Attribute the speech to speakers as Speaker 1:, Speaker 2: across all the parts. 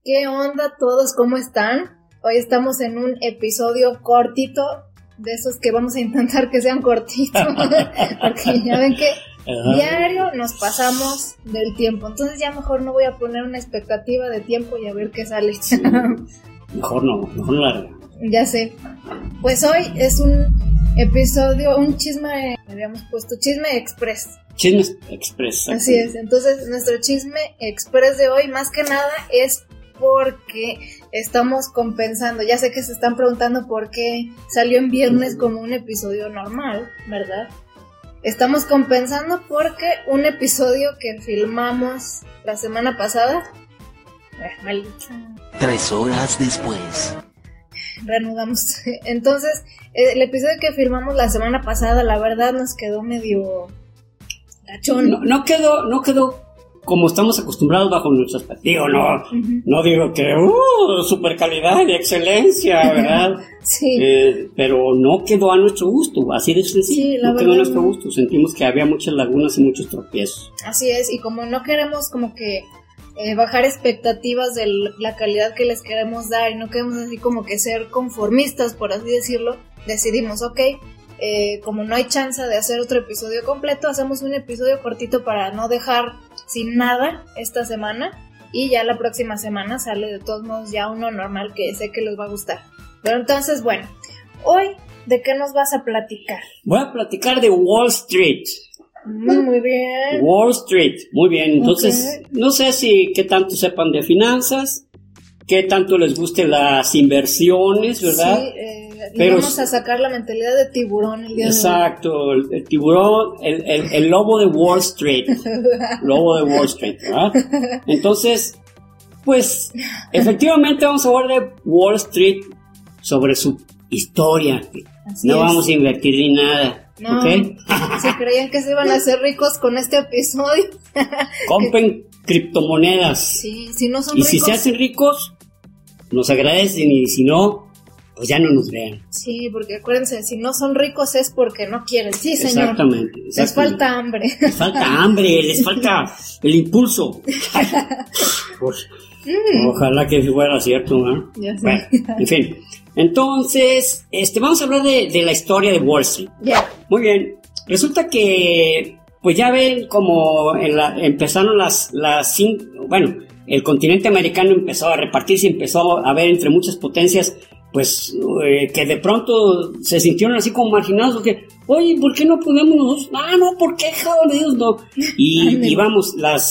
Speaker 1: ¿Qué onda todos? ¿Cómo están? Hoy estamos en un episodio cortito, de esos que vamos a intentar que sean cortitos, porque ya ven que diario nos pasamos del tiempo, entonces ya mejor no voy a poner una expectativa de tiempo y a ver qué sale.
Speaker 2: Sí. Mejor no larga.
Speaker 1: Ya sé. Pues hoy es un episodio, un chisme, habíamos puesto Chisme Express.
Speaker 2: Chisme Express.
Speaker 1: Así es, entonces nuestro Chisme Express de hoy más que nada es porque estamos compensando. Ya sé que se están preguntando por qué salió en viernes como un episodio normal, ¿verdad? Estamos compensando porque un episodio que filmamos la semana pasada, maldita,
Speaker 3: 3 horas después,
Speaker 1: reanudamos. Entonces, el episodio que filmamos la semana pasada, la verdad nos quedó medio gachón.
Speaker 2: No quedó como estamos acostumbrados bajo nuestro perspectiva. No digo que super calidad y excelencia, ¿verdad?
Speaker 1: Sí.
Speaker 2: Pero no quedó a nuestro gusto, así de sencillo. Sí, no quedó a nuestro gusto. Sentimos que había muchas lagunas y muchos tropiezos.
Speaker 1: Así es, y como no queremos como que bajar expectativas de la calidad que les queremos dar y no queremos así como que ser conformistas, por así decirlo, decidimos, como no hay chance de hacer otro episodio completo, hacemos un episodio cortito para no dejar sin nada esta semana, y ya la próxima semana sale de todos modos ya uno normal que sé que les va a gustar. Pero entonces, bueno, hoy, ¿de qué nos vas a platicar?
Speaker 2: Voy a platicar de Wall Street.
Speaker 1: Muy bien.
Speaker 2: Wall Street, muy bien. Entonces, no sé qué tanto sepan de finanzas, qué tanto les gusten las inversiones, ¿verdad?
Speaker 1: Sí, vamos a sacar la mentalidad de tiburón el día
Speaker 2: exacto, de hoy. El tiburón, el lobo de Wall Street. Lobo de Wall Street, ¿verdad? Entonces, pues, efectivamente vamos a hablar de Wall Street sobre su historia.
Speaker 1: Así
Speaker 2: no
Speaker 1: es.
Speaker 2: Vamos a invertir ni nada.
Speaker 1: No,
Speaker 2: ¿Okay?
Speaker 1: Si creían que se iban a hacer ricos con este episodio.
Speaker 2: Compren criptomonedas.
Speaker 1: Sí, si no son
Speaker 2: y
Speaker 1: ricos.
Speaker 2: Si se hacen ricos, nos agradecen, y si no, pues ya no nos vean.
Speaker 1: Sí, porque acuérdense, si no son ricos es porque no quieren. Sí, señor.
Speaker 2: Exactamente.
Speaker 1: Les falta hambre.
Speaker 2: Les falta hambre, les falta el impulso. Pues, ojalá que fuera cierto, ¿no?
Speaker 1: Ya sé.
Speaker 2: Bueno, en fin. Entonces, vamos a hablar de la historia de Wall Street.
Speaker 1: Ya.
Speaker 2: Muy bien. Resulta que, pues ya ven como empezaron el continente americano empezó a repartirse, empezó a haber entre muchas potencias, pues que de pronto se sintieron así como marginados, porque, oye, ¿por qué no podemos nosotros? No, ¿por qué, joder, no? Y vamos,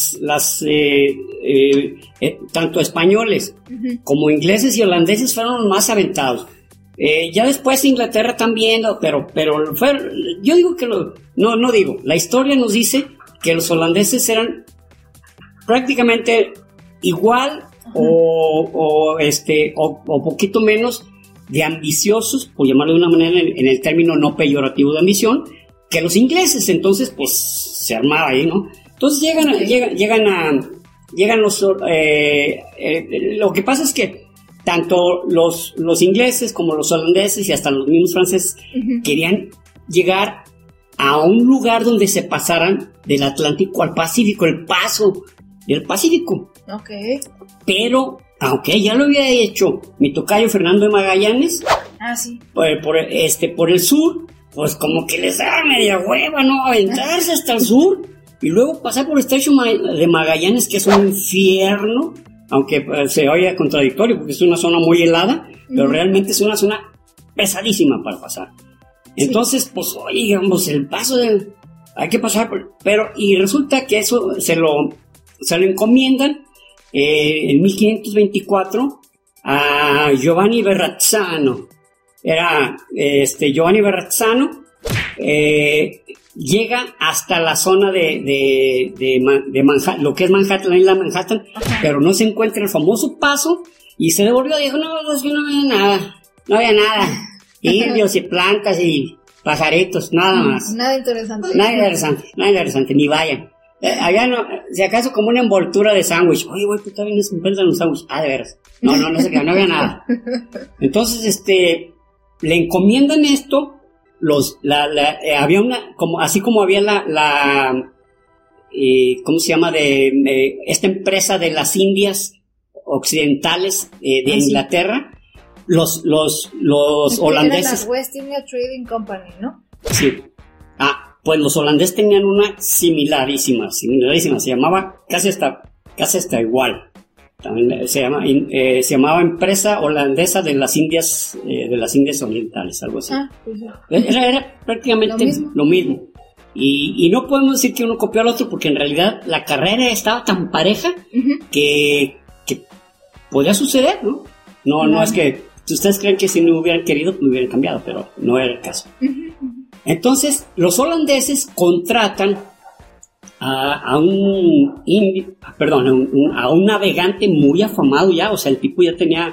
Speaker 2: tanto españoles como ingleses y holandeses fueron los más aventados. Ya después Inglaterra también, pero yo digo que la historia nos dice que los holandeses eran prácticamente igual o poquito menos de ambiciosos, por llamarlo de una manera en el término no peyorativo de ambición, que los ingleses. Entonces pues se armaba ahí, ¿no? Entonces llegan los lo que pasa es que tanto los ingleses como los holandeses y hasta los mismos franceses querían llegar a un lugar donde se pasaran del Atlántico al Pacífico, el paso del Pacífico.
Speaker 1: Okay.
Speaker 2: Pero, aunque ya lo había hecho mi tocayo Fernando de Magallanes,
Speaker 1: sí.
Speaker 2: Por el sur, pues como que les da media hueva, ¿no? Aventarse hasta el sur y luego pasar por el estrecho de Magallanes, que es un infierno, aunque se oye contradictorio porque es una zona muy helada, pero realmente es una zona pesadísima para pasar. Entonces, pues, digamos, el paso hay que pasar pero y resulta que eso se lo encomiendan en 1524 a Giovanni Verrazzano. Giovanni Verrazzano llega hasta la zona de Manhattan, lo que es Manhattan, la isla Manhattan, pero no se encuentra el famoso paso, y se devolvió y dijo, no, es que no había nada, indios y plantas y pajaritos, nada más.
Speaker 1: Nada interesante.
Speaker 2: Nada interesante, ni vayan. Había, si acaso, como una envoltura de sándwich. Oye, güey, ¿tú también se encuentran los sándwiches? De veras. No sé qué, no había nada. Entonces, le encomiendan esto, había así como había ¿cómo se llama? Esta empresa de las Indias, occidentales de Inglaterra, los holandeses.
Speaker 1: Era la West India Trading Company, ¿no?
Speaker 2: Sí. Pues los holandeses tenían una similarísima, se llamaba casi hasta igual. También se llamaba Empresa Holandesa de las Indias Orientales, algo así.
Speaker 1: Pues sí.
Speaker 2: Era prácticamente lo mismo. Y no podemos decir que uno copió al otro, porque en realidad la carrera estaba tan pareja que podía suceder, ¿no? No es que ustedes creen que si no hubieran querido, me hubieran cambiado, pero no era el caso. Entonces, los holandeses contratan a un navegante muy afamado ya, o sea, el tipo ya tenía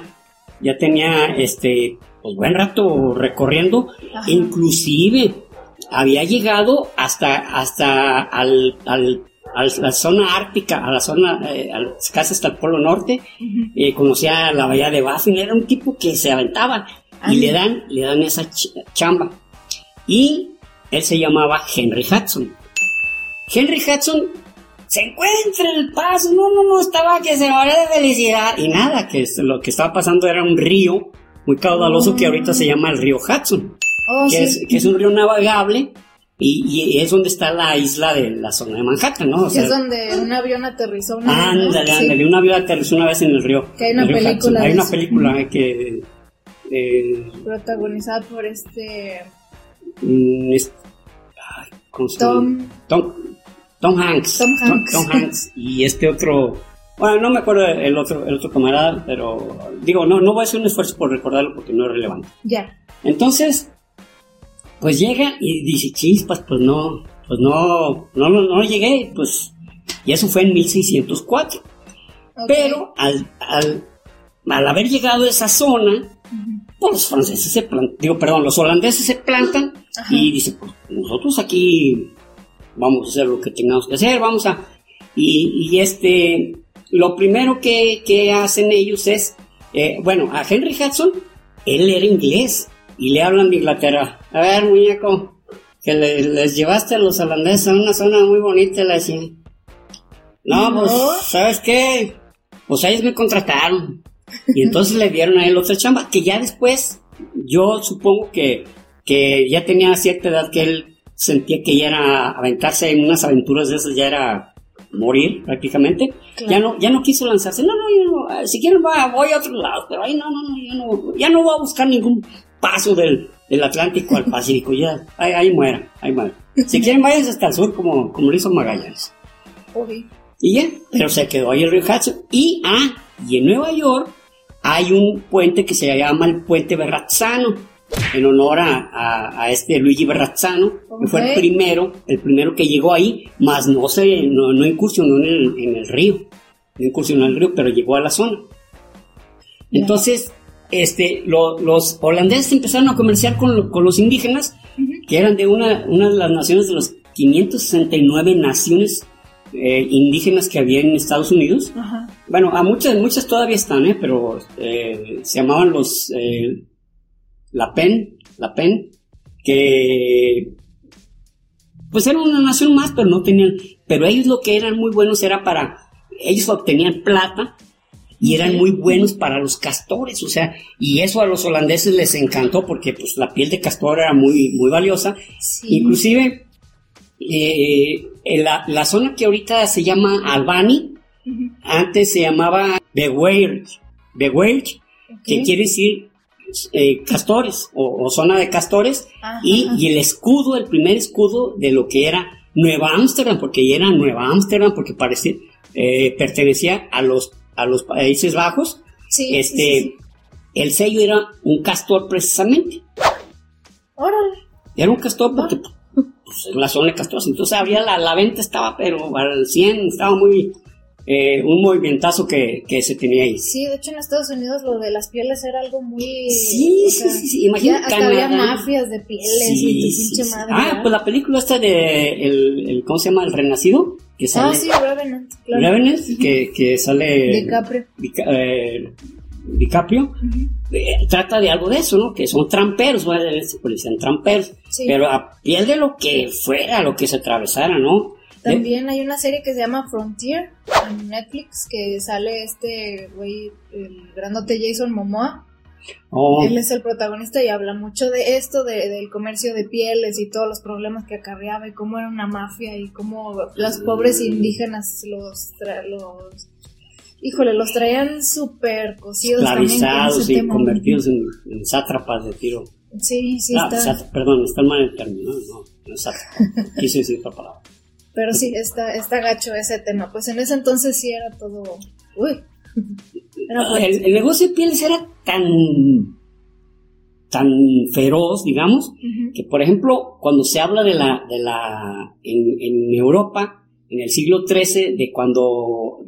Speaker 2: pues buen rato recorriendo. Ajá. Inclusive había llegado hasta a la zona ártica, a la zona casi hasta el Polo Norte. Conocía la bahía de Baffin. Era un tipo que se aventaba y le dan esa chamba. Y él se llamaba Henry Hudson. Henry Hudson se encuentra en el paso, no, estaba que se moría de felicidad. Y nada, que lo que estaba pasando era un río muy caudaloso que ahorita se llama el río Hudson. Que es un río navegable y es donde está la isla de la zona de Manhattan, ¿no? O sea,
Speaker 1: es donde un avión aterrizó
Speaker 2: Ándale, un avión aterrizó una vez en el río.
Speaker 1: Que hay una película.
Speaker 2: Hay una película que...
Speaker 1: protagonizada por
Speaker 2: ¿cómo se llama? Tom Hanks. Tom Hanks y otro... Bueno, no me acuerdo el otro camarada, pero digo, no voy a hacer un esfuerzo por recordarlo porque no es relevante.
Speaker 1: Ya.
Speaker 2: Entonces, pues llega y dice, chispas, pues no llegué, pues, y eso fue en 1604. Okay. Pero al haber llegado a esa zona, pues los holandeses se plantan. Ajá. Y dicen, pues nosotros aquí vamos a hacer lo que tengamos que hacer, lo primero que hacen ellos es, a Henry Hudson, él era inglés y le hablan de Inglaterra. A ver, muñeco, que les llevaste a los holandeses a una zona muy bonita, le decían. No, pues, ¿sabes qué? Pues ellos me contrataron. Y entonces le dieron a él otra chamba, que ya después, yo supongo que ya tenía cierta edad, que él sentía que ya era aventarse en unas aventuras de esas, ya era morir prácticamente. Claro. Ya no quiso lanzarse. No, si quieren voy a otros lados, pero ahí ya no voy a buscar ningún paso del Atlántico al Pacífico, ya, ahí muera. Si quieren váyanse hasta el sur como lo hizo Magallanes.
Speaker 1: Okay.
Speaker 2: Y ya, pero se quedó ahí el río Hudson. Y en Nueva York hay un puente que se llama el Puente Verrazzano, en honor a Luigi Verrazzano, que fue el primero que llegó ahí, más no incursionó en el río. No incursionó en el río, pero llegó a la zona. Entonces, los holandeses empezaron a comerciar con los indígenas, que eran de una de las naciones de los 569 naciones indígenas que había en Estados Unidos. Ajá. Bueno, a muchas todavía están, pero se llamaban los la Pen, que pues eran una nación más, pero no tenían, pero ellos lo que eran muy buenos era ellos obtenían plata y eran muy buenos para los castores, o sea, y eso a los holandeses les encantó porque pues la piel de castor era muy, muy valiosa. Sí. Inclusive la zona que ahorita se llama Albany, antes se llamaba Beguerik, que quiere decir castores o zona de castores. Y el escudo, el primer escudo de lo que era Nueva Ámsterdam, porque pertenecía a los Países Bajos. Sí. El sello era un castor precisamente.
Speaker 1: Órale.
Speaker 2: Era un castor porque pues, la zona de castores, entonces la venta estaba pero al 100, estaba muy un movimentazo que se tenía ahí.
Speaker 1: Sí, de hecho en Estados Unidos lo de las pieles era algo muy...
Speaker 2: Sí, imagínate.
Speaker 1: Hasta había mafias de pieles y tu pinche madre.
Speaker 2: Pues la película esta de ¿cómo se llama? El Renacido, que sale...
Speaker 1: sí, Revenant, claro.
Speaker 2: Revenant, que sale... DiCaprio. Trata de algo de eso, ¿no? Que son tramperos, le decían tramperos, pero a piel de lo que fuera, lo que se atravesara, ¿no?
Speaker 1: También hay una serie que se llama Frontier en Netflix, que sale este güey, el grandote Jason Momoa. Él es el protagonista y habla mucho de esto, del comercio de pieles y todos los problemas que acarreaba y cómo era una mafia y cómo los pobres indígenas los traían súper cosidos,
Speaker 2: esclavizados y convertidos en sátrapas de tiro.
Speaker 1: Sí,
Speaker 2: Perdón, está mal el término, no sátrapa, quise decir otra palabra.
Speaker 1: Pero sí, está gacho ese tema. Pues en ese entonces sí era todo... Uy.
Speaker 2: El negocio de pieles era tan feroz, digamos, que por ejemplo, cuando se habla en Europa, en el siglo XIII, de cuando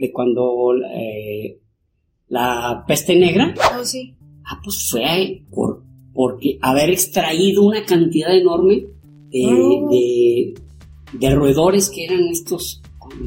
Speaker 2: la peste negra,
Speaker 1: sí.
Speaker 2: Pues fue porque haber extraído una cantidad enorme de roedores que eran estos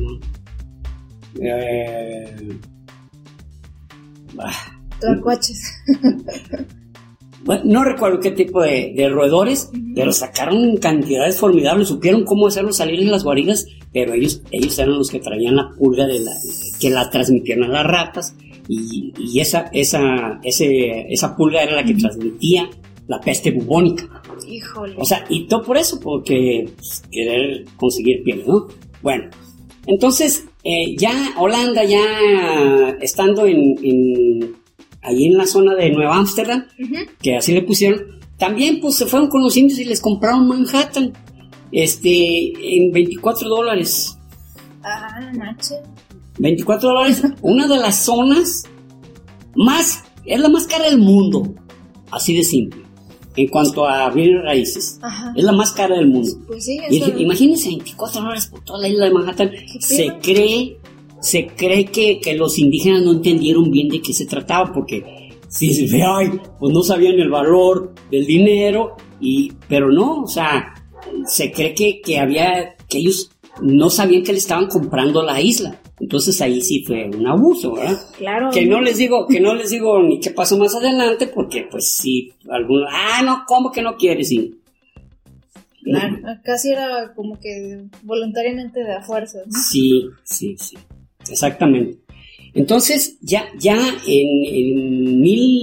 Speaker 1: tlacuaches.
Speaker 2: Bueno, no recuerdo qué tipo de roedores, pero sacaron cantidades formidables, supieron cómo hacerlos salir de las guaridas, pero ellos eran los que traían la pulga que la transmitían a las ratas, y esa pulga era la que transmitía la peste bubónica.
Speaker 1: Híjole.
Speaker 2: O sea, y todo por eso, porque querer conseguir piel, ¿no? Bueno, entonces ya Holanda, ya estando ahí en la zona de Nueva Ámsterdam, que así le pusieron, también pues se fueron con los indios y les compraron Manhattan en $24.
Speaker 1: Macho.
Speaker 2: $24, una de las zonas es la más cara del mundo, así de simple, en cuanto a bienes raíces. Ajá. Es la más cara del mundo.
Speaker 1: Pues sí,
Speaker 2: imagínense, $24 por toda la isla de Manhattan. Se cree que los indígenas no entendieron bien de qué se trataba, porque si se ve, pues no sabían el valor del dinero, pero no, o sea, se cree que ellos no sabían que le estaban comprando la isla. Entonces ahí sí fue un abuso, ¿verdad?
Speaker 1: Claro.
Speaker 2: Que no les digo ni qué pasó más adelante, porque pues sí, algunos, no, ¿cómo que no quieres? Sí.
Speaker 1: Claro, casi era como que voluntariamente de a fuerzas, ¿no?
Speaker 2: Sí, exactamente. Entonces, ya en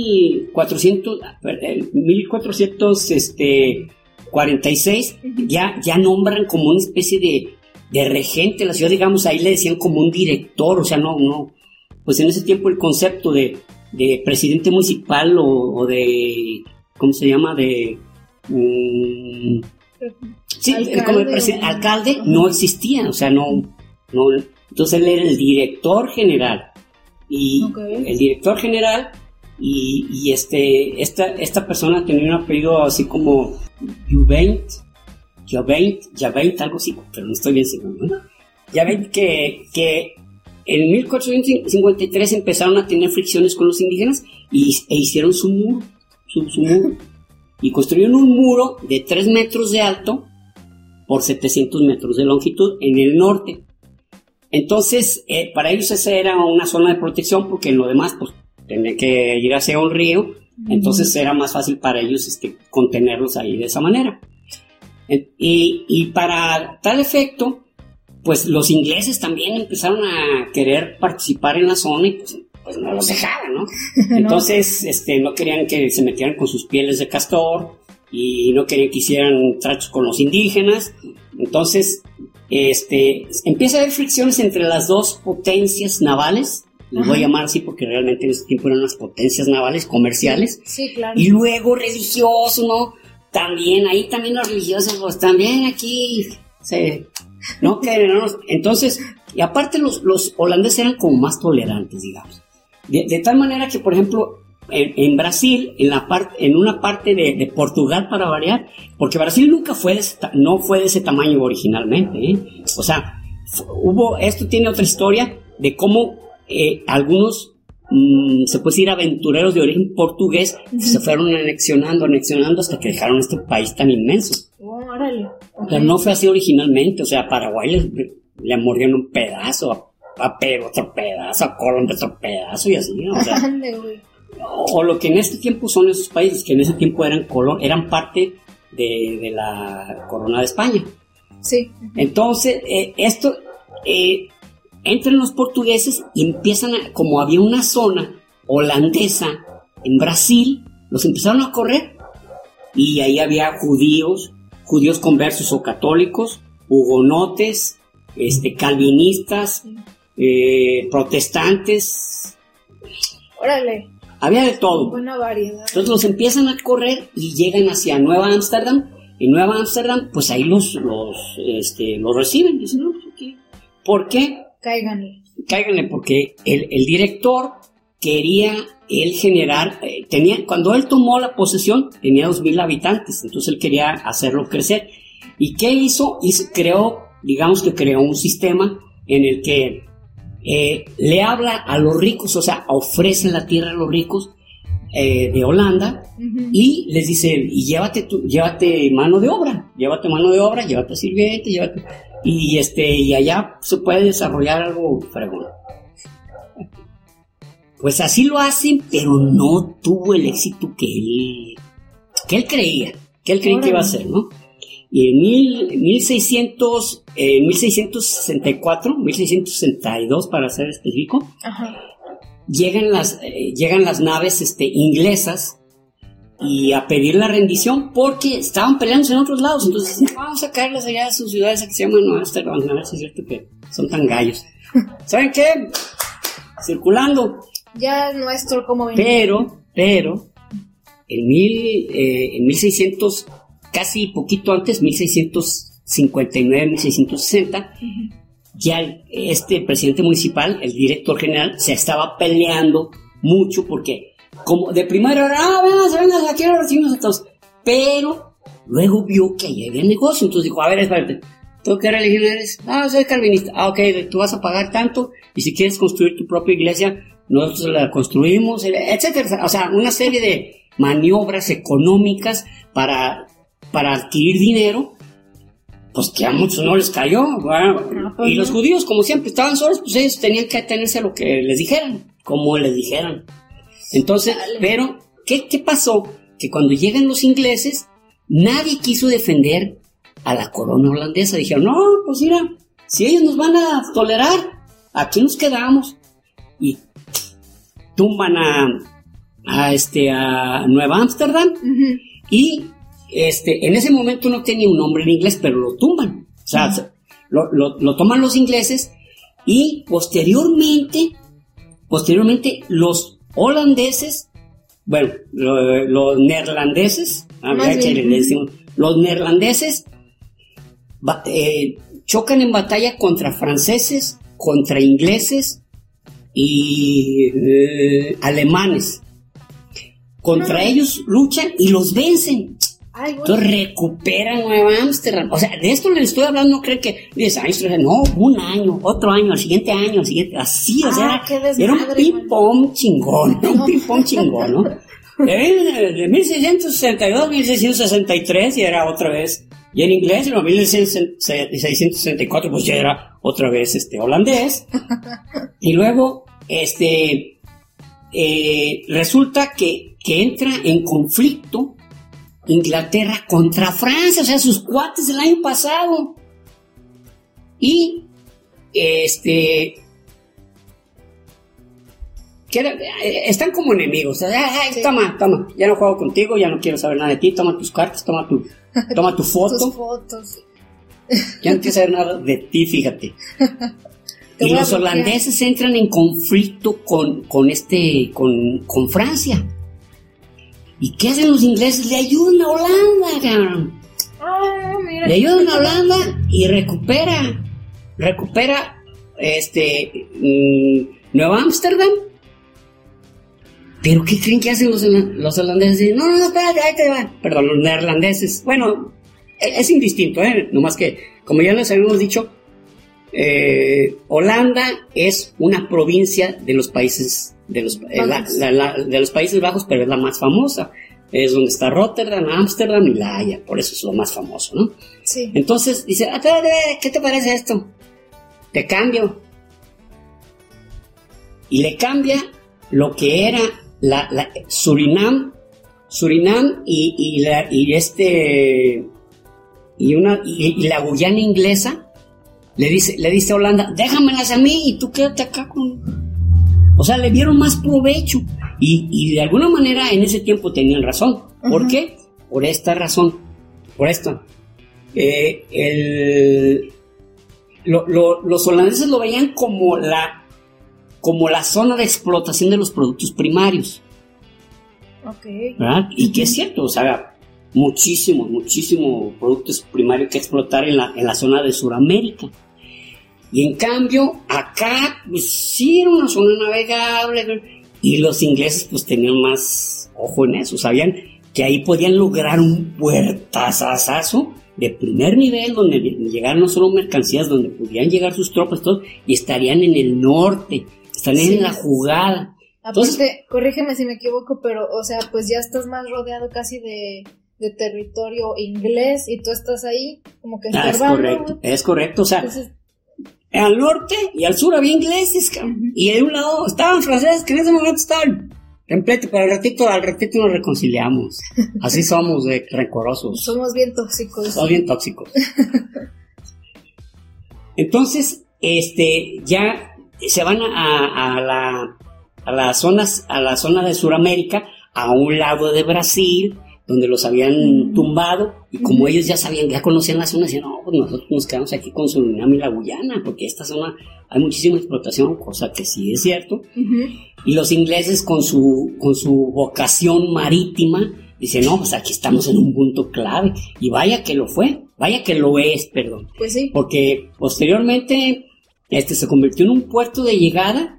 Speaker 2: 1446, ya nombran como una especie de regente la ciudad, digamos, ahí le decían como un director, o sea, no, pues en ese tiempo el concepto de presidente municipal o de, ¿cómo se llama? Como el alcalde no existía, o sea, no, entonces él era el director general, el director general, y esta persona tenía un apellido así como Javeit, algo así, pero no estoy bien seguro, ¿no? Javeit, que en 1453 empezaron a tener fricciones con los indígenas e hicieron su muro, y construyeron un muro de 3 metros de alto por 700 metros de longitud en el norte. Entonces, para ellos esa era una zona de protección, porque en lo demás, pues, tenía que ir hacia un río, entonces era más fácil para ellos contenerlos ahí de esa manera. Y para tal efecto, pues los ingleses también empezaron a querer participar en la zona y pues no los dejaban, ¿no? Entonces, no querían que se metieran con sus pieles de castor y no querían que hicieran tratos con los indígenas. Entonces, empieza a haber fricciones entre las dos potencias navales, les voy a llamar así porque realmente en ese tiempo eran unas potencias navales comerciales.
Speaker 1: Sí, claro.
Speaker 2: Y luego religioso, ¿no? También los religiosos, pues también aquí no quieren, ¿no? Entonces, y aparte los holandeses eran como más tolerantes, digamos. De tal manera que, por ejemplo, en Brasil, en una parte de Portugal, para variar, porque Brasil no fue de ese tamaño originalmente, ¿eh? O sea, esto tiene otra historia de cómo algunos, se puede decir, aventureros de origen portugués se fueron anexionando hasta que dejaron este país tan inmenso.
Speaker 1: Órale.
Speaker 2: Pero no fue así originalmente, o sea, a Paraguay le mordieron un pedazo, a Perú otro pedazo, a Colombia otro pedazo y así, ¿no? O sea, o lo que en este tiempo son esos países, que en ese tiempo eran parte de la corona de España.
Speaker 1: Sí.
Speaker 2: Entonces, entran los portugueses y empiezan como había una zona holandesa en Brasil, los empezaron a correr. Y ahí había judíos conversos o católicos, hugonotes, calvinistas, protestantes.
Speaker 1: Órale.
Speaker 2: Había de todo.
Speaker 1: Buena variedad.
Speaker 2: Entonces los empiezan a correr y llegan hacia Nueva Ámsterdam. En Nueva Ámsterdam, pues ahí los reciben. Dicen, no, okay. ¿Por qué? Cáiganle, porque el director quería él generar, cuando él tomó la posesión, tenía 2,000 habitantes, entonces él quería hacerlo crecer. ¿Y qué hizo? Creó un sistema en el que le habla a los ricos, o sea, ofrece la tierra a los ricos de Holanda, uh-huh. Y les dice, y llévate mano de obra, llévate sirviente, y allá se puede desarrollar algo fregón. Pues así lo hacen, pero no tuvo el éxito que él creía que iba a hacer, ¿no? Y en 1662, para ser específico, ajá. Llegan las naves inglesas y a pedir la rendición porque estaban peleándose en otros lados. Entonces dicen, vamos a caerles allá a sus ciudades que se llaman Nueva Ámsterdam, a ver si es cierto que son tan gallos. ¿Saben qué? Circulando. Ya es nuestro como venimos. Pero en 1600, casi poquito antes, 1659, 1660, uh-huh. Ya este presidente municipal, el director general, se estaba peleando mucho porque como de primera hora, venga, aquí lo recibimos a todos. Pero luego vio que ahí había negocio, entonces dijo, a ver, espérate, ¿tú qué religión eres? Soy calvinista. Ok, tú vas a pagar tanto y si quieres construir tu propia iglesia, nosotros la construimos, etcétera. O sea, una serie de maniobras económicas para adquirir dinero, pues que a muchos no les cayó. Bueno, y los judíos, como siempre, estaban solos, pues ellos tenían que atenerse a lo que les dijeran, como les dijeran. Entonces, pero, ¿qué pasó? Que cuando llegan los ingleses, nadie quiso defender a la corona holandesa. Dijeron, no, pues mira, si ellos nos van a tolerar, aquí nos quedamos. Y tumban a Nueva Ámsterdam, uh-huh. Y en ese momento no tenía un nombre en inglés, pero lo tumban. O sea, uh-huh. lo toman los ingleses y posteriormente los holandeses, bueno, los neerlandeses, los neerlandeses chocan en batalla contra franceses, contra ingleses y alemanes. Contra ellos luchan y los vencen. Ay, bueno. Entonces recuperan Nueva Ámsterdam. O sea, de esto les estoy hablando, no creen que 10 años, no, un año, otro año, el siguiente año, así, o sea, era un ping-pong chingón, ¿no? De 1662 a 1663 ya era otra vez, y en inglés, en 1664 pues ya era otra vez holandés, y luego, resulta que entra en conflicto Inglaterra contra Francia, o sea, sus cuates del año pasado. Y están como enemigos. O sea, sí. Toma, ya no juego contigo, ya no quiero saber nada de ti, toma tus cartas, toma tu foto. Tus fotos. Ya no quiero saber nada de ti, fíjate. Y los holandeses entran en conflicto con Francia. ¿Y qué hacen los ingleses? Le ayudan a Holanda, cabrón. Mira. Le ayudan a Holanda y recupera Nueva Ámsterdam. ¿Pero qué creen que hacen los holandeses? No, espérate, ahí te va. Perdón, los neerlandeses. Bueno, es indistinto, nomás que, como ya les habíamos dicho, Holanda es una provincia de los países de los Países Bajos, pero es la más famosa. Es donde está Rotterdam, Ámsterdam y La Haya, por eso es lo más famoso, ¿no? Sí. Entonces dice, ¿qué te parece esto? Te cambio. Y le cambia lo que era Surinam y y la Guyana inglesa le dice a Holanda, déjamelas a mí y tú quédate acá con... O sea, le dieron más provecho. Y de alguna manera en ese tiempo tenían razón. ¿Por qué? Por esta razón. Por esto. Los holandeses lo veían como la zona de explotación de los productos primarios.
Speaker 1: Okay.
Speaker 2: ¿Verdad? Y que es cierto, o sea, muchísimo productos primarios que explotar en la zona de Sudamérica. Y en cambio, acá, pues sí era una zona navegable, y los ingleses pues tenían más ojo en eso, sabían que ahí podían lograr un puertazazazo de primer nivel, donde llegaran no solo mercancías, donde podían llegar sus tropas, todo, y estarían en el norte, estarían en la jugada. Entonces,
Speaker 1: aparte, corrígeme si me equivoco, pero, o sea, pues ya estás más rodeado casi de territorio inglés, y tú estás ahí como que estorbando.
Speaker 2: Es correcto, o sea... Entonces, al norte y al sur había ingleses, y de un lado estaban franceses, que en ese momento estaban templete, pero al ratito nos reconciliamos. Así somos de rencorosos.
Speaker 1: Somos bien tóxicos.
Speaker 2: Somos bien tóxicos. Entonces, ya se van a la zona de Sudamérica, a un lado de Brasil, donde los habían tumbado, y como ellos ya sabían, ya conocían la zona, decían, no, pues nosotros nos quedamos aquí con Surinam y la Guyana, porque esta zona hay muchísima explotación, cosa que sí es cierto. Y los ingleses con su vocación marítima dicen, no, pues aquí estamos en un punto clave, y vaya que lo es, perdón.
Speaker 1: Pues sí.
Speaker 2: Porque posteriormente se convirtió en un puerto de llegada,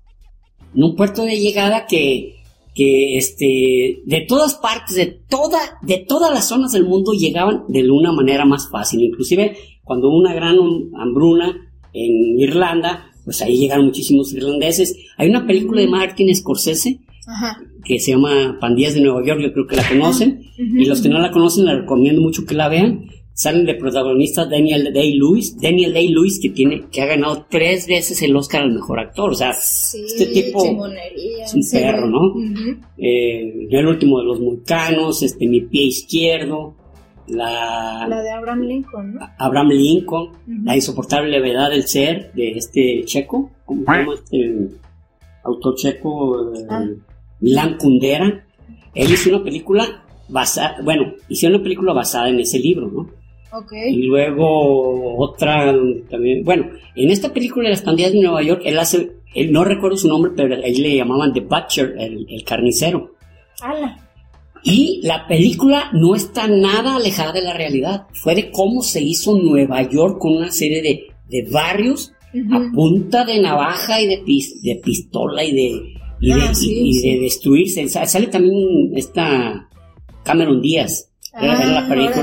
Speaker 2: que de todas partes, de todas las zonas del mundo llegaban de una manera más fácil. Inclusive cuando hubo una gran hambruna en Irlanda, pues ahí llegaron muchísimos irlandeses. Hay una película de Martin Scorsese que se llama Pandillas de Nueva York, yo creo que la conocen, y los que no la conocen la recomiendo mucho que la vean. Salen de protagonista Daniel Day-Lewis, que ha ganado 3 veces el Oscar al mejor actor. O sea,
Speaker 1: sí,
Speaker 2: este tipo es un perro, ¿no? El último de los Mohicanos, Mi pie izquierdo, la
Speaker 1: de Abraham Lincoln, ¿no?
Speaker 2: Abraham Lincoln, La insoportable levedad del ser, de checo, ¿cómo se llama autor checo? Milán Kundera. Él hizo una película hicieron una película basada en ese libro, ¿no?
Speaker 1: Okay.
Speaker 2: Y luego otra también, en esta película de las pandillas de Nueva York, él no recuerdo su nombre, pero ahí le llamaban The Butcher, el carnicero.
Speaker 1: ¡Hala!
Speaker 2: Y la película no está nada alejada de la realidad. Fue de cómo se hizo Nueva York con una serie de barrios a punta de navaja y de pistola y de destruirse. Sale también esta Cameron Díaz. Era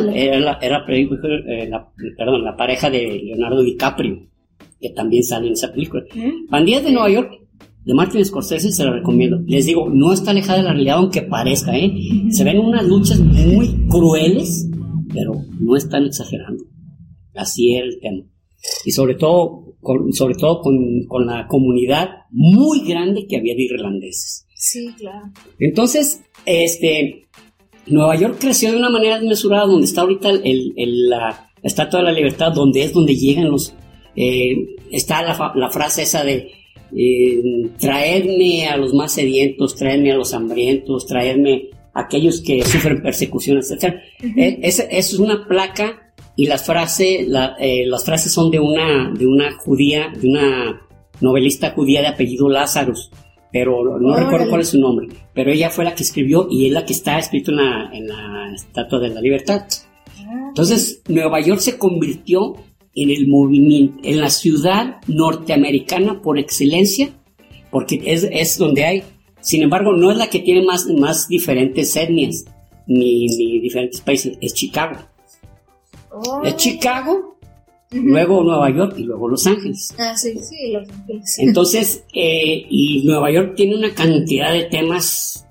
Speaker 2: la pareja de Leonardo DiCaprio, que también sale en esa película. Pandillas de Nueva York, de Martin Scorsese, se la recomiendo. Les digo, no está alejada de la realidad, aunque parezca, Se ven unas luchas muy crueles, pero no están exagerando. Así era el tema. Y sobre todo con la comunidad muy grande que había de irlandeses.
Speaker 1: Sí, claro.
Speaker 2: Entonces, Nueva York creció de una manera desmesurada, donde está ahorita la Estatua de la Libertad, donde llegan está la frase esa de traedme a los más sedientos, traedme a los hambrientos, traedme a aquellos que sufren persecuciones, etc. Esa es una placa, y las frases son de una judía, de una novelista judía de apellido Lazarus, pero no recuerdo cuál es su nombre, pero ella fue la que escribió, y es la que está escrito en la Estatua de la Libertad. Entonces Nueva York se convirtió en el movimiento, en la ciudad norteamericana por excelencia, porque es donde hay, sin embargo, no es la que tiene más diferentes etnias ni diferentes países, es Chicago. Es Chicago, luego Nueva York y luego Los Ángeles.
Speaker 1: Sí, Los Ángeles.
Speaker 2: Entonces, y Nueva York tiene una cantidad de temas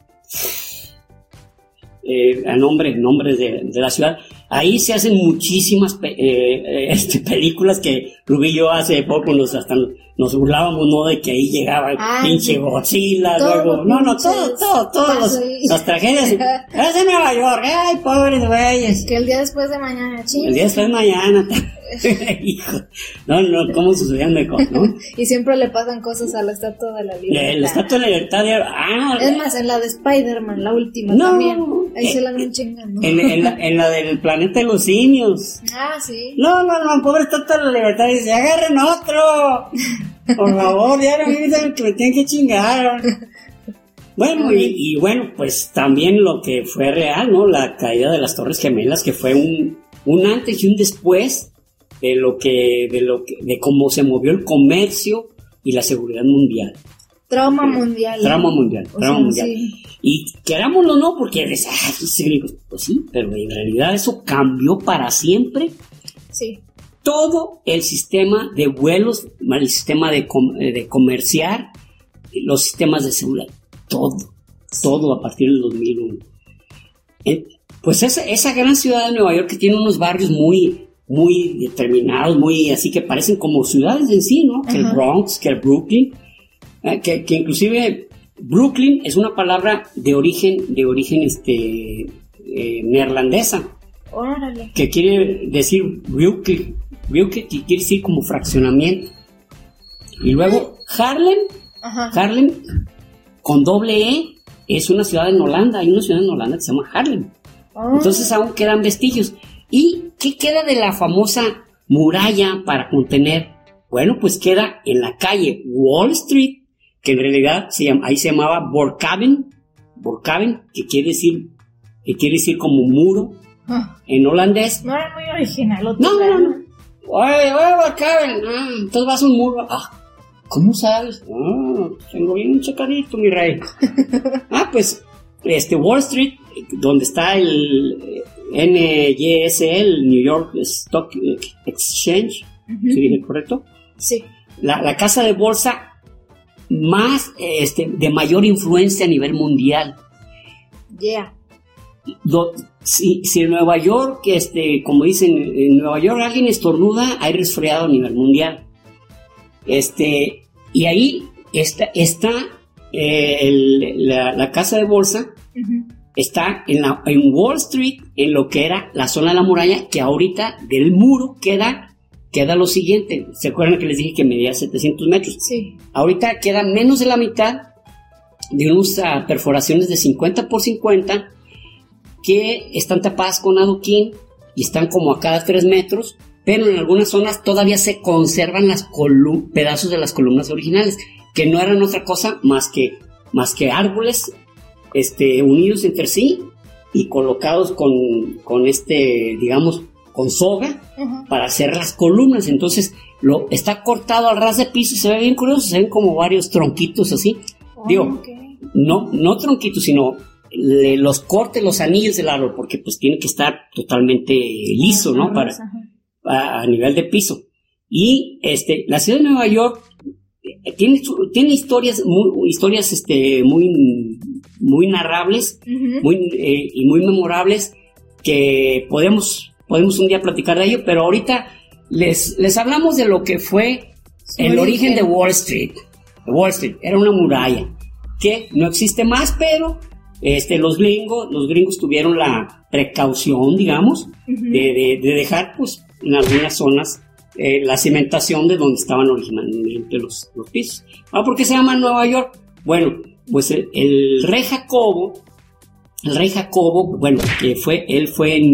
Speaker 2: a nombres de la ciudad. Ahí se hacen muchísimas películas que Rubí y yo hace poco nos nos burlábamos, ¿no? De que ahí llegaba el pinche Godzilla,
Speaker 1: todo,
Speaker 2: luego, todas las tragedias. Es de Nueva York, ay, pobres güeyes.
Speaker 1: Que el día después de mañana,
Speaker 2: El día después de mañana. Hijo, no, cómo sucedían de cosas, ¿no?
Speaker 1: Y siempre le pasan cosas a la Estatua de la Libertad.
Speaker 2: La Estatua de la Libertad,
Speaker 1: es más, en la de Spider-Man, la última también. Ahí se la andan chingando.
Speaker 2: En la del planeta de los simios.
Speaker 1: Sí.
Speaker 2: No, pobre Estatua de la Libertad, dice, agarren otro. Por favor, ya no me dicen que me tienen que chingar. Bueno, y bueno, pues también lo que fue real, ¿no? La caída de las Torres Gemelas, que fue un antes y un después de cómo se movió el comercio y la seguridad mundial.
Speaker 1: Trauma mundial.
Speaker 2: Sí. Y querámoslo no, porque pues sí, pero en realidad eso cambió para siempre.
Speaker 1: Sí.
Speaker 2: Todo el sistema de vuelos, el sistema de comerciar, los sistemas de seguridad, todo a partir del 2001. Pues esa gran ciudad de Nueva York, que tiene unos barrios muy determinados, muy así, que parecen como ciudades en sí, ¿no? Que el Bronx, que el Brooklyn, que inclusive Brooklyn es una palabra de origen neerlandesa.
Speaker 1: Órale.
Speaker 2: Que quiere decir Brooklyn, que quiere decir como fraccionamiento. Y luego Harlem con doble E es una ciudad en Holanda. Hay una ciudad en Holanda que se llama Harlem. Entonces aún quedan vestigios. ¿Y qué queda de la famosa muralla para contener? Bueno, pues queda en la calle Wall Street, que en realidad ahí se llamaba Borkhaven, que quiere decir como muro en holandés.
Speaker 1: No era muy original.
Speaker 2: No. Oye, Borkhaven, entonces vas a un muro. ¿Cómo sabes? Tengo bien un checadito, mi rey. Pues Wall Street, donde está el NYSL, New York Stock Exchange, ¿sí dije correcto?
Speaker 1: Sí.
Speaker 2: La casa de bolsa más de mayor influencia a nivel mundial.
Speaker 1: Yeah.
Speaker 2: Si en Nueva York, como dicen, en Nueva York alguien estornuda, hay resfriado a nivel mundial. Y ahí está la casa de bolsa. Está en Wall Street, en lo que era la zona de la muralla, que ahorita del muro queda lo siguiente. ¿Se acuerdan que les dije que medía 700 metros?
Speaker 1: Sí.
Speaker 2: Ahorita queda menos de la mitad de unas perforaciones de 50 por 50 que están tapadas con adoquín y están como a cada 3 metros, pero en algunas zonas todavía se conservan pedazos de las columnas originales, que no eran otra cosa más que árboles unidos entre sí y colocados con digamos, con soga para hacer las columnas. Entonces está cortado al ras de piso y se ve bien curioso, se ven como varios tronquitos así. No tronquitos, sino los cortes, los anillos del árbol, porque pues tiene que estar totalmente liso, ¿no? A nivel de piso. Y la ciudad de Nueva York tiene historias muy narrables, y muy memorables, que podemos un día platicar de ello, pero ahorita les hablamos de lo que fue el origen de Wall Street. Wall Street era una muralla que no existe más, pero los gringos tuvieron la precaución, digamos, de dejar pues en algunas zonas la cimentación de donde estaban originalmente los pisos. ¿Por qué se llama Nueva York? Bueno, pues el rey Jacobo, bueno, él fue en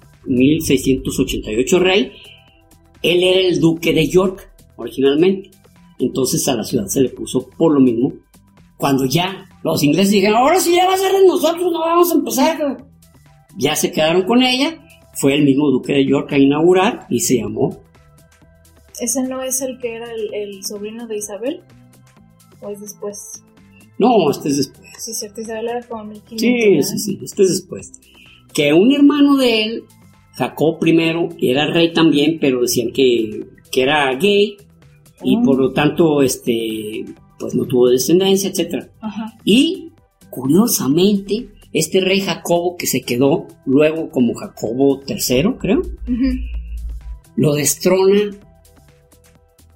Speaker 2: 1688 rey. Él era el duque de York originalmente. Entonces a la ciudad se le puso por lo mismo. Cuando ya los ingleses dijeron, ahora sí ya va a ser de nosotros, no vamos a empezar. Ya se quedaron con ella. Fue el mismo duque de York a inaugurar y se llamó.
Speaker 1: ¿Ese no es el que era el sobrino de Isabel? ¿O es después?
Speaker 2: No, este es después.
Speaker 1: Sí, cierto, Isabel era como 1500.
Speaker 2: Sí, este es después. Que un hermano de él, Jacob I, era rey también, pero decían que era gay y por lo tanto pues no tuvo descendencia, etcétera. Y curiosamente este rey Jacobo, que se quedó luego como Jacobo III, creo, lo destrona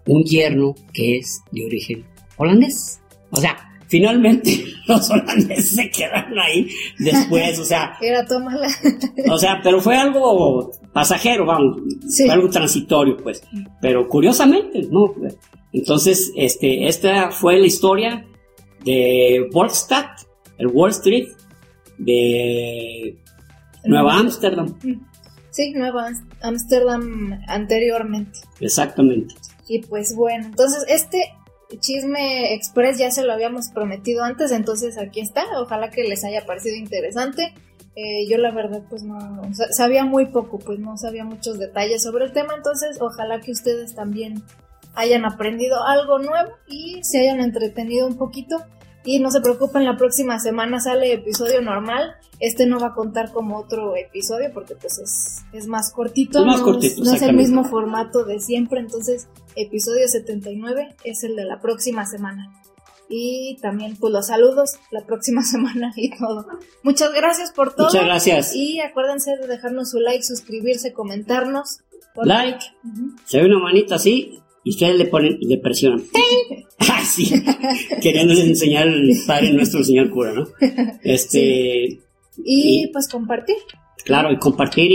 Speaker 2: un yerno que es de origen holandés. O sea, finalmente los holandeses se quedaron ahí después, o sea...
Speaker 1: Era tómala.
Speaker 2: O sea, pero fue algo pasajero, vamos,
Speaker 1: sí.
Speaker 2: Fue algo transitorio, pues. Pero curiosamente, ¿no? Entonces, esta fue la historia de Volksstadt, el Wall Street de Nueva Ámsterdam.
Speaker 1: Sí, Nueva Ámsterdam anteriormente.
Speaker 2: Exactamente.
Speaker 1: Y pues bueno, entonces Chisme Express ya se lo habíamos prometido antes, entonces aquí está, ojalá que les haya parecido interesante. Yo la verdad pues no sabía muy poco, pues no sabía muchos detalles sobre el tema, entonces ojalá que ustedes también hayan aprendido algo nuevo y se hayan entretenido un poquito. Y no se preocupen, la próxima semana sale episodio normal. No va a contar como otro episodio porque pues es más cortito.
Speaker 2: Es más cortito,
Speaker 1: no es el mismo formato de siempre. Entonces, episodio 79 es el de la próxima semana. Y también pues los saludos la próxima semana y todo. Muchas gracias por todo.
Speaker 2: Muchas gracias.
Speaker 1: Y acuérdense de dejarnos su like, suscribirse, comentarnos.
Speaker 2: Like. Se ve una manita así y ustedes le presionan. Ah, sí, queriendo enseñar el Padre Nuestro, señor cura, ¿no?
Speaker 1: Sí. Y pues compartir.
Speaker 2: Claro, y compartir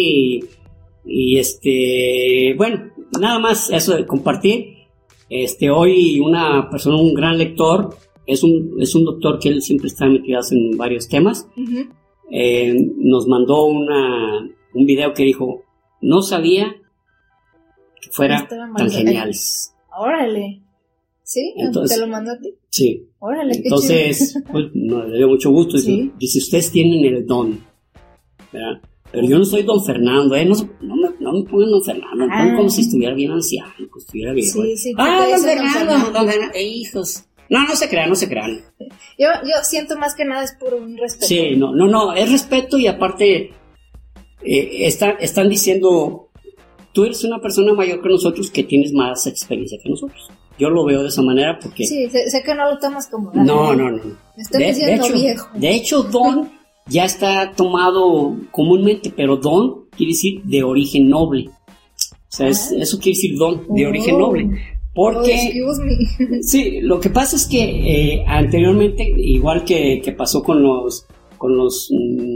Speaker 2: y bueno, nada más eso de compartir. Hoy una persona, un gran lector, es un doctor que él siempre está metido en varios temas.
Speaker 1: Uh-huh.
Speaker 2: Nos mandó un video que dijo, no sabía que fuera tan geniales.
Speaker 1: Órale. ¿Sí?
Speaker 2: Entonces,
Speaker 1: ¿te lo mandó a ti?
Speaker 2: Sí.
Speaker 1: Órale, qué
Speaker 2: entonces,
Speaker 1: chido.
Speaker 2: pues, le dio mucho gusto.
Speaker 1: ¿Sí?
Speaker 2: Dice, ustedes tienen el don, ¿verdad? Pero yo no soy don Fernando, no me pongan don Fernando, me pongan como si estuviera bien anciano, como si estuviera viejo.
Speaker 1: Sí,
Speaker 2: don Fernando, hijos. No se crean.
Speaker 1: Yo siento más que nada es por un respeto.
Speaker 2: Sí, no, es respeto y aparte están diciendo, tú eres una persona mayor que nosotros que tienes más experiencia que nosotros. Yo lo veo de esa manera porque...
Speaker 1: Sí, sé que no lo tomas como...
Speaker 2: No.
Speaker 1: Me estoy diciendo viejo.
Speaker 2: De hecho, don ya está tomado comúnmente, pero don quiere decir de origen noble. O sea, eso quiere decir don, de origen noble. Porque...
Speaker 1: excuse me.
Speaker 2: Sí, lo que pasa es que anteriormente, igual que pasó con los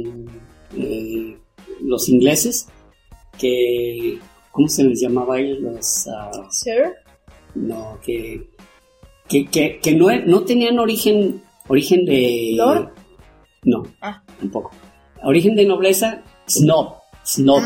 Speaker 2: ingleses, que... ¿Cómo se les llamaba a ellos? Los...
Speaker 1: ¿Sir?
Speaker 2: No, que no tenían origen de...
Speaker 1: ¿Lord?
Speaker 2: No, tampoco. Origen de nobleza, snob. Snob.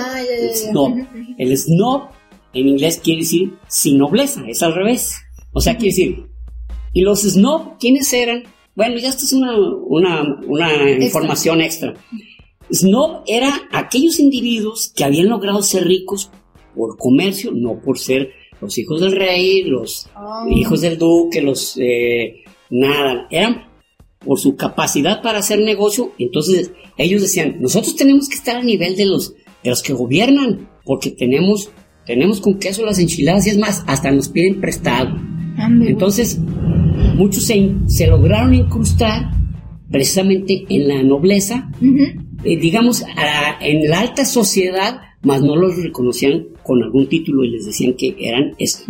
Speaker 2: El snob en inglés quiere decir sin nobleza, es al revés. O sea, quiere decir... ¿Y los snob quiénes eran? Bueno, ya esto es una información extra. Snob era aquellos individuos que habían logrado ser ricos por comercio, no por ser los hijos del rey, los hijos del duque, nada, eran por su capacidad para hacer negocio. Entonces ellos decían, nosotros tenemos que estar a nivel de los que gobiernan, porque tenemos con queso las enchiladas y es más, hasta nos piden prestado. Entonces muchos se lograron incrustar precisamente en la nobleza, digamos, en la alta sociedad, mas no los reconocían con algún título y les decían que eran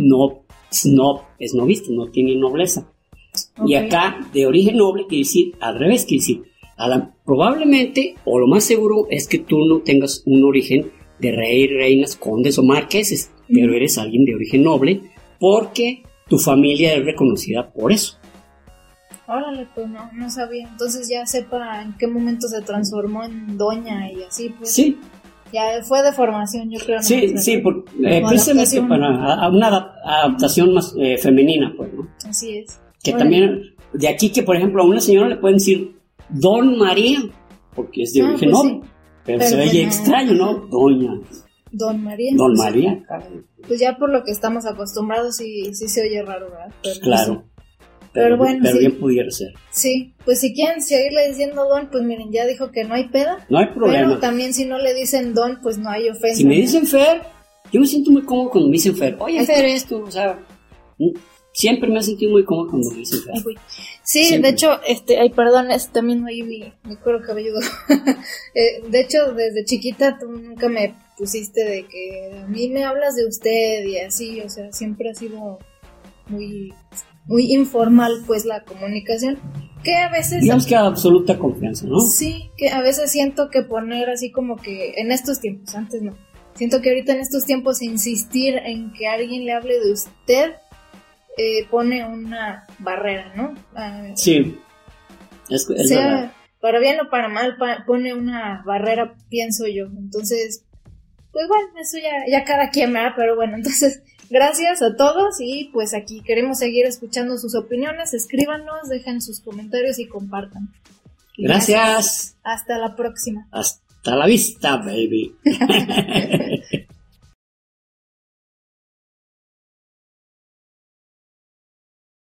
Speaker 2: snobistas, no tienen nobleza. Okay. Y acá, de origen noble, quiere decir, al revés, quiere decir, probablemente, o lo más seguro, es que tú no tengas un origen de rey, reinas, condes o marqueses, pero eres alguien de origen noble, porque tu familia es reconocida por eso.
Speaker 1: Órale, pues no sabía. Entonces ya sepa en qué momento se transformó en doña y así, pues.
Speaker 2: Sí.
Speaker 1: Ya fue de formación, yo creo.
Speaker 2: Sí, precisamente para una adaptación más femenina, pues, ¿no?
Speaker 1: Así es.
Speaker 2: Que también, de aquí que, por ejemplo, a una señora le pueden decir Don María, porque es de origen noble, sí. Pero se oye extraño, ¿no? Doña.
Speaker 1: Don María.
Speaker 2: Don María.
Speaker 1: Pues ya por lo que estamos acostumbrados sí se oye raro, ¿verdad? Pero
Speaker 2: claro.
Speaker 1: Sí. Pero bueno,
Speaker 2: pero
Speaker 1: sí.
Speaker 2: Bien pudiera ser.
Speaker 1: Sí, pues si quieren seguirle diciendo don, pues miren, ya dijo que no hay peda.
Speaker 2: No hay problema.
Speaker 1: Pero también si no le dicen don, pues no hay ofensa.
Speaker 2: Si me dicen Fer, yo me siento muy cómodo cuando me dicen Fer. Oye, Fer, esto, o sea, siempre me he sentido muy cómodo cuando me dicen Fer.
Speaker 1: Sí, siempre. De hecho, perdón, también oí mi cuero cabelludo. De hecho, desde chiquita tú nunca me pusiste de que a mí me hablas de usted y así, o sea, siempre ha sido muy, muy informal, pues, la comunicación, que a veces...
Speaker 2: Digamos que absoluta confianza, ¿no?
Speaker 1: Sí, que a veces siento que poner así como que en estos tiempos, antes no, siento que ahorita en estos tiempos insistir en que alguien le hable de usted pone una barrera, ¿no?
Speaker 2: Sí, es
Speaker 1: sea
Speaker 2: verdad.
Speaker 1: para bien o para mal, pone una barrera, pienso yo. Entonces, pues bueno, eso ya cada quien me da, pero bueno, entonces, gracias a todos y pues aquí queremos seguir escuchando sus opiniones, escríbanos, dejen sus comentarios y compartan.
Speaker 2: Gracias.
Speaker 1: Hasta la próxima.
Speaker 2: Hasta la vista, baby.